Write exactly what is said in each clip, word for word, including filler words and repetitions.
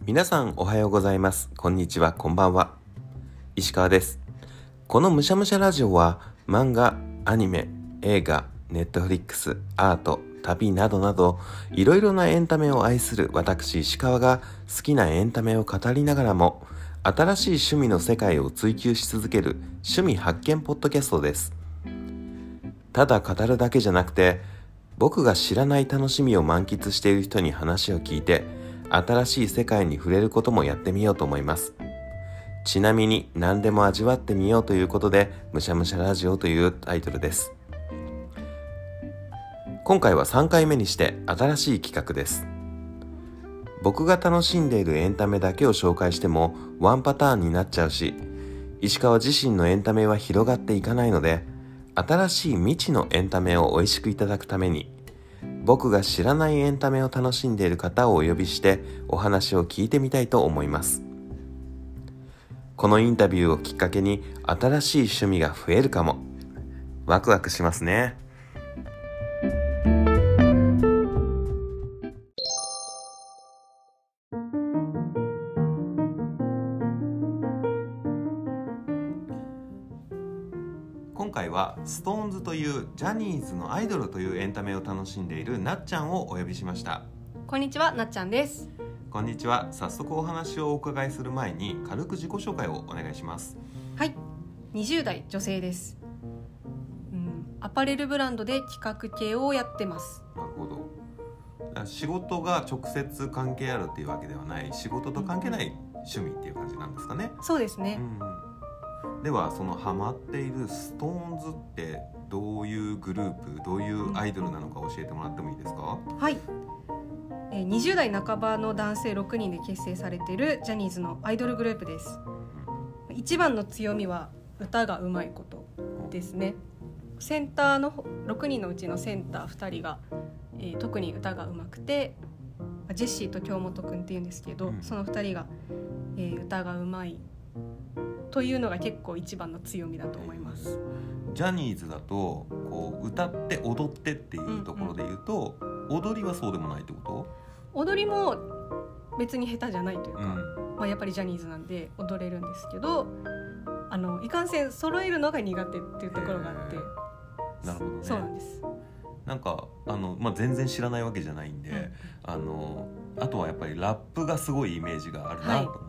皆さんおはようございます。こんにちは、こんばんは。石川です。このむしゃむしゃラジオは漫画、アニメ、映画、ネットフリックス、アート、旅などなどいろいろなエンタメを愛する私石川が好きなエンタメを語りながらも新しい趣味の世界を追求し続ける趣味発見ポッドキャストです。ただ語るだけじゃなくて僕が知らない楽しみを満喫している人に話を聞いて新しい世界に触れることもやってみようと思います。ちなみに何でも味わってみようということでむしゃむしゃラジオというタイトルです。今回はさんかいめにして新しい企画です。僕が楽しんでいるエンタメだけを紹介してもワンパターンになっちゃうし、石川自身のエンタメは広がっていかないので、新しい未知のエンタメを美味しくいただくために、僕が知らないエンタメを楽しんでいる方をお呼びしてお話を聞いてみたいと思います。このインタビューをきっかけに新しい趣味が増えるかも。ワクワクしますね。今回はストーンズというジャニーズのアイドルというエンタメを楽しんでいるなっちゃんをお呼びしました。 こんにちは、なっちゃんです。 こんにちは。早速お話をお伺いする前に軽く自己紹介をお願いします。 はい、にじゅう代女性です。うん、アパレルブランドで企画系をやってます。 なるほど。仕事が直接関係あるっていうわけではない、仕事と関係ない趣味っていう感じなんですかね。 そうですね。 うん、ではそのハマっているストーンズってどういうグループ、どういうアイドルなのか教えてもらってもいいですか？ はい、えー、にじゅう代半ばの男性ろくにんで結成されているジャニーズのアイドルグループです。うん、一番の強みは歌がうまいことですね。センターのろくにんのうちのセンターふたりが、えー、特に歌がうまくて、ジェシーと京本くんっていうんですけど、うん、そのふたりが、えー、歌がうまいというのが結構一番の強みだと思います。 ジャニーズだとこう歌って踊ってっていうところで言うと、うんうん、踊りはそうでもないってこと？ 踊りも別に下手じゃないというか、うん、まあ、やっぱりジャニーズなんで踊れるんですけど、あのいかんせん揃えるのが苦手っていうところがあって。 なるほどね。 そうなんです。 なんかあの、まあ、全然知らないわけじゃないんで、うん、あのあとはやっぱりラップがすごいイメージがあるなと思、はい、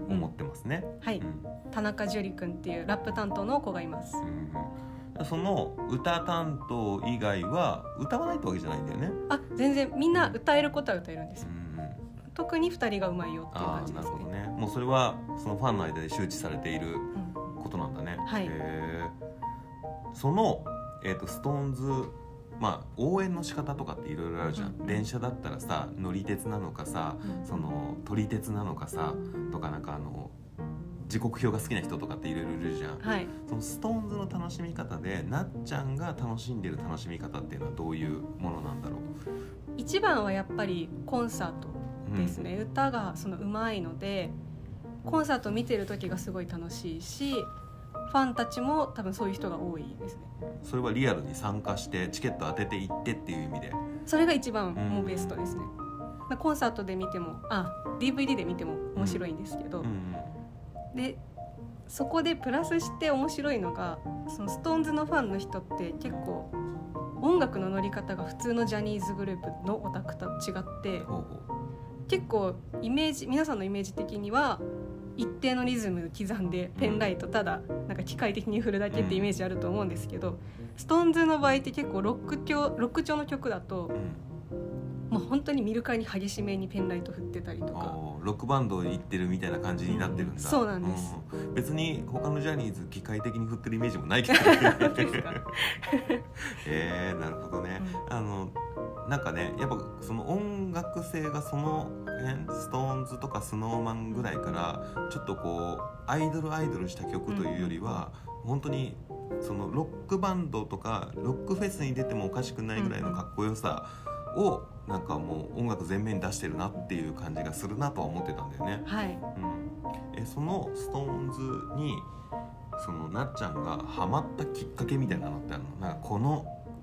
思ってますね。 はい、うん、田中樹くんっていうラップ担当の子がいます。 うん、その歌担当以外は歌わないってわけじゃないんだよね。 あ、全然みんな歌えることは歌えるんですよ。うん、特にふたりがうまいよっていう感じですね。 あ、なるほどね。もうそれはそのファンの間で周知されていることなんだね。うん、はい。へー。そのえー、とストーンズ、まあ、応援の仕方とかっていろいろあるじゃん、うん、電車だったらさ乗り鉄なのかさ、うん、その撮り鉄なのかさとかなんかあの時刻表が好きな人とかっていろいろいるじゃん、はい、そのストーンズの楽しみ方でなっちゃんが楽しんでる楽しみ方っていうのはどういうものなんだろう？ 一番はやっぱりコンサートですね、うん、歌がその上手いのでコンサート見てる時がすごい楽しいし、ファンたちも多分そういう人が多いですね。 それはリアルに参加してチケット当てていってっていう意味で、 それが一番もうベストですね。うん、コンサートで見ても、あ、ディーブイディー で見ても面白いんですけど、うんうん、でそこでプラスして面白いのが、そのストーンズのファンの人って結構音楽の乗り方が普通のジャニーズグループのオタクと違って、結構イメージ、皆さんのイメージ的には一定のリズム刻んでペンライトただなんか機械的に振るだけってイメージあると思うんですけど、ストーンズの場合って結構ロック調、ロック調の曲だと、もう本当に見るからに激しめにペンライト振ってたりとか、 ロックバンドに行ってるみたいな感じになってるんだ。 うん、そうなんです。 うん、別に他のジャニーズ機械的に振ってるイメージもないけどえー、なるほどね。うん、あのなんかね、やっぱその音楽性がその辺ストーンズとかスノーマンぐらいからちょっとこうアイドルアイドルした曲というよりは、うん、本当にそのロックバンドとかロックフェスに出てもおかしくないぐらいのかっこよさをなんかもう音楽全面に出してるなっていう感じがするなとは思ってたんだよね。 はい。 うん、えそのストーンズにそのなっちゃんがハマったきっかけみたいなのってあるの？なんかこの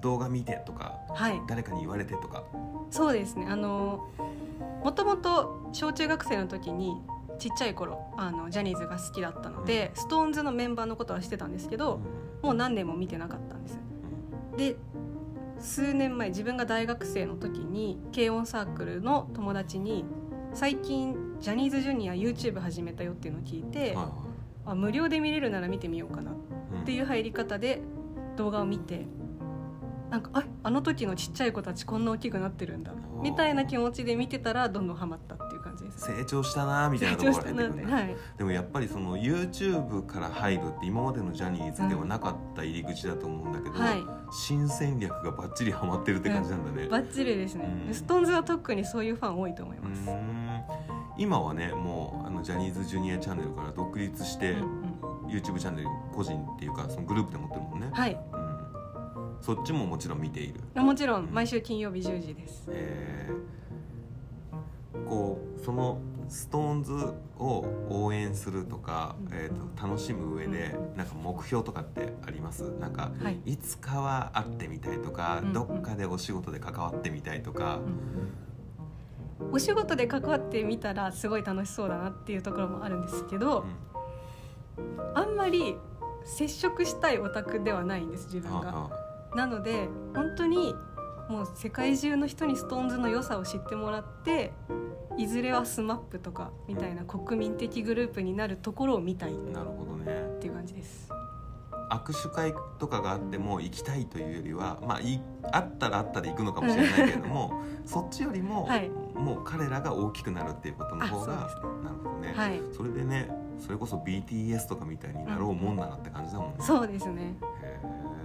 動画見てとか、 はい、 誰かに言われてとか。 そうですね、あのもともと小中学生の時にちっちゃい頃あのジャニーズが好きだったので、うん、ストーンズのメンバーのことは知ってたんですけど、うん、もう何年も見てなかったんです、うん、で数年前自分が大学生の時に軽音サークルの友達に最近ジャニーズジュニア YouTube 始めたよっていうのを聞いて、はいはい、あ無料で見れるなら見てみようかなっていう入り方で動画を見て、なんか あ, あの時のちっちゃい子たちこんな大きくなってるんだみたいな気持ちで見てたらどんどんハマったっていう感じです。 成長したなみたいなところが出てくるんだ、 はい、 でもやっぱりその YouTube から入るって今までのジャニーズではなかった入り口だと思うんだけど、はい、新戦略がバッチリハマってるって感じなんだね、 うん、バッチリですね、うん、ストーンズは特にそういうファン多いと思います。 うん、今はねもうあのジャニーズジュニアチャンネルから独立して、うんうん、YouTube チャンネル個人っていうかそのグループで持ってるもんね。 はい、 うん、そっちももちろん見ている。 もちろん毎週金曜日じゅうじです。 えー、こうそのストーンズを応援するとか、うんえー、と楽しむ上で、うん、なんか目標とかってあります？なんか、はい、いつかは会ってみたいとか、うん、どっかでお仕事で関わってみたいとか、 うん、お仕事で関わってみたらすごい楽しそうだなっていうところもあるんですけど、うん、あんまり接触したいオタクではないんです自分が。はあ、なので本当にもう世界中の人にストーンズの良さを知ってもらって、いずれはスマップとかみたいな国民的グループになるところを見たい。 なるほどねっていう感じです。 握手会とかがあっても行きたいというよりは、まあ、いあったらあったで行くのかもしれないけれどもそっちよりも、はい、もう彼らが大ききくなるっていうことの方が、ね、なるほどね、はい、それでねそれこそ ビーティーエス とかみたいになろうもんならって感じだもんね、 うん、そうですね。 へ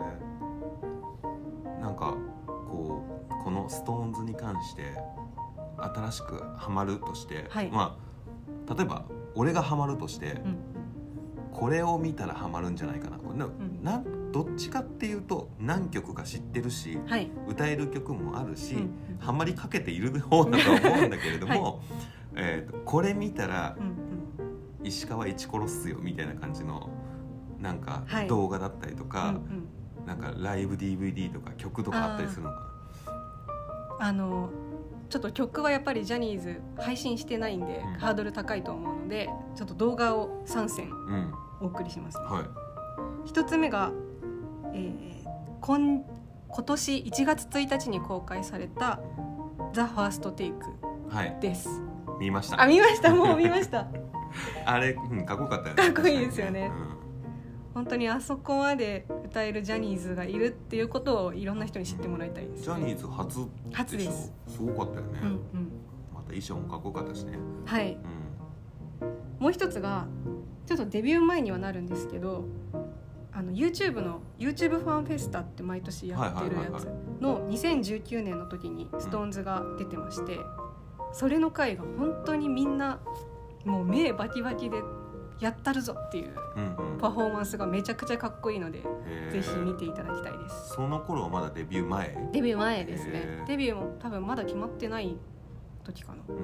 ー、なんかこうこのストーンズに関して新しくハマるとして、はい、まあ例えば俺がハマるとして、うん、これを見たらハマるんじゃないかな、な、うん、などっちかっていうと何曲か知ってるし、はい、歌える曲もあるし、うん、ハマりかけている方だとは思うんだけれども、はい、えーと、これ見たら、うんうん、石川一殺すよみたいな感じのなんか動画だったりとか、はい、うんうん、なんかライブ ディーブイディー とか曲とかあったりするのかな。あのちょっと曲はやっぱりジャニーズ配信してないんで、うん、ハードル高いと思うのでちょっと動画をさんせんお送りします、ね、うん、はい、ひとつめが、えー、今, 今年いちがつついたちに公開された The First Take です、 はい、見ました。 あ、見ました、もう見ましたあれ、うん、かっこよかったよね。 かっこいいですよね、うん、本当にあそこまで歌えるジャニーズがいるっていうことをいろんな人に知ってもらいたいです、ね、 ジャニーズ初でしょ。 初です。 すごかったよね、うんうん、また衣装もかっこよかったしね。 はい、うん、もう一つがちょっとデビュー前にはなるんですけど、あの YouTube の YouTube ファンフェスタって毎年やってるやつのにせんじゅうきゅうねんの時に ストーンズ が出てまして、うん、それの回が本当にみんなもう目バキバキでやったるぞっていうパフォーマンスがめちゃくちゃかっこいいので、うんうん、ぜひ見ていただきたいです。 その頃はまだデビュー前？ デビュー前ですね。デビューも多分まだ決まってない時かな、うんうん、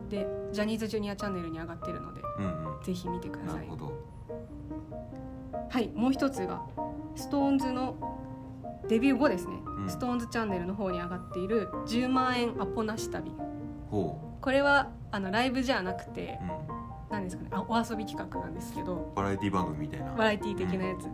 でジャニーズジュニアチャンネルに上がってるので、うんうん、ぜひ見てください。 なるほど。 はい、もう一つがストーンズのデビュー後ですね、うん、ストーンズチャンネルの方に上がっているじゅうまんえんアポなし旅。ほう。これはあのライブじゃなくて、うん、何ですかね、あ、お遊び企画なんですけど、 バラエティ番組みたいな、 バラエティ的なやつ、うん、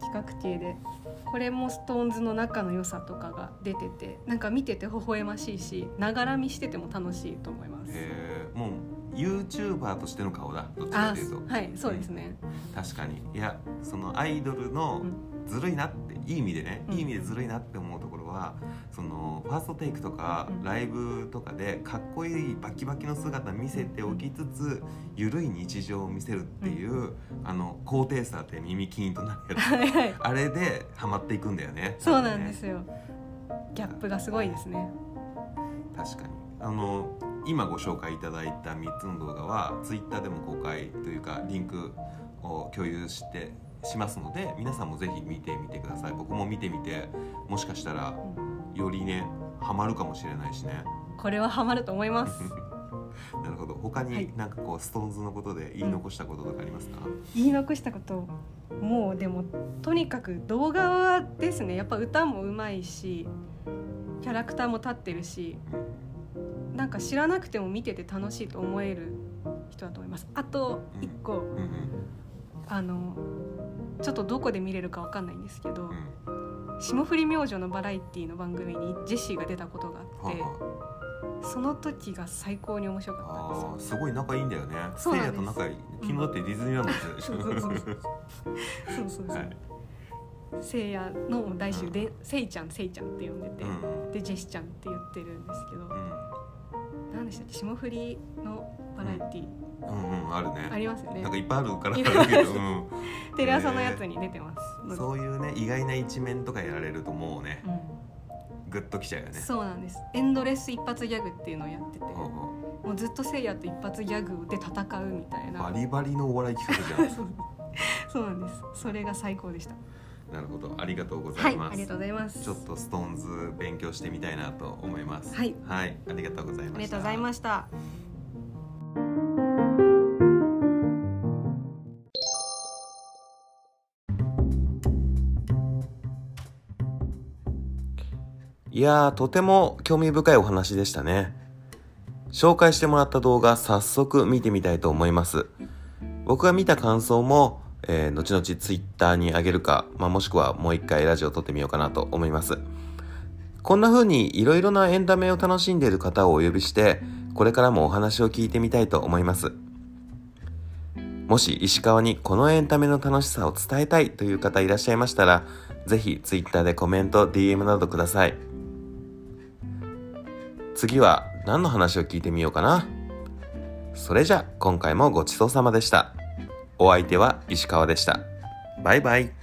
企画系で、これもストーンズの仲の良さとかが出てて、なんか見てて微笑ましいし、ながら見してても楽しいと思います。 へー、もう YouTuber としての顔だ、どっちかというと。 はい、そうですね、 うん、確かに。いや、そのアイドルのずるいなって、いい意味でね、いい意味でずるいなって思うところは、そのファーストテイクとかライブとかでかっこいいバキバキの姿見せておきつつ、ゆるい日常を見せるっていう、うん、あの高低差で耳キーンとなるやつはいはい、あれでハマっていくんだよね。 そうなんですよ、ギャップがすごいですね。 確かに。あの今ご紹介いただいたみっつの動画はツイッターでも公開というかリンクを共有してしますので、皆さんもぜひ見てみてください。僕も見てみて、もしかしたらよりねハマるかもしれないしね。 これはハマると思いますなるほど。他になんかこうストーンズのことで言い残したこととかありますか？ うん、言い残したこともうでもとにかく動画ですね。やっぱ歌もうまいしキャラクターも立ってるし、なんか知らなくても見てて楽しいと思える人だと思います。あといっこ、うんうん、あのちょっとどこで見れるか分かんないんですけど、うん、霜降り明星のバラエティの番組にジェシーが出たことがあって、はあ、その時が最高に面白かったんですよ。 あ、すごい仲いいんだよね。せいやと仲いい。昨日だってディズニーランドでしょ。そうそうそうそうそうそう、はい、せいやの大衆で、うん、せいちゃんせいちゃんって呼んでて、うん、でジェシちゃんって言ってるんですけど、うん、何でしたっけ、霜降りのバラエティ、 うんうん、あるね。 ありますよね。 なんかいっぱいあるからあるけど、うん、 テレ朝のやつに出てます、 えー、そういうね意外な一面とかやられるともうね、うん、グッときちゃうよね。 そうなんです。エンドレス一発ギャグっていうのをやってて、うんうん、もうずっとせいやと一発ギャグで戦うみたいなバリバリのお笑い企画じゃん。 そう、そうなんです。それが最高でした。 なるほど、ありがとうございます。 はい、ありがとうございます。 ちょっとストーンズ勉強してみたいなと思います。 はい、 はい、ありがとうございました。 ありがとうございました。 いやー、とても興味深いお話でしたね。紹介してもらった動画、早速見てみたいと思います。僕が見た感想も、えー、後々ツイッターに上げるか、まあ、もしくはもう一回ラジオを撮ってみようかなと思います。こんな風にいろいろなエンタメを楽しんでいる方をお呼びして、これからもお話を聞いてみたいと思います。もし石川にこのエンタメの楽しさを伝えたいという方いらっしゃいましたら、ぜひツイッターでコメント、ディーエム などください。次は何の話を聞いてみようかな。それじゃ今回もごちそうさまでした。お相手は石川でした。バイバイ。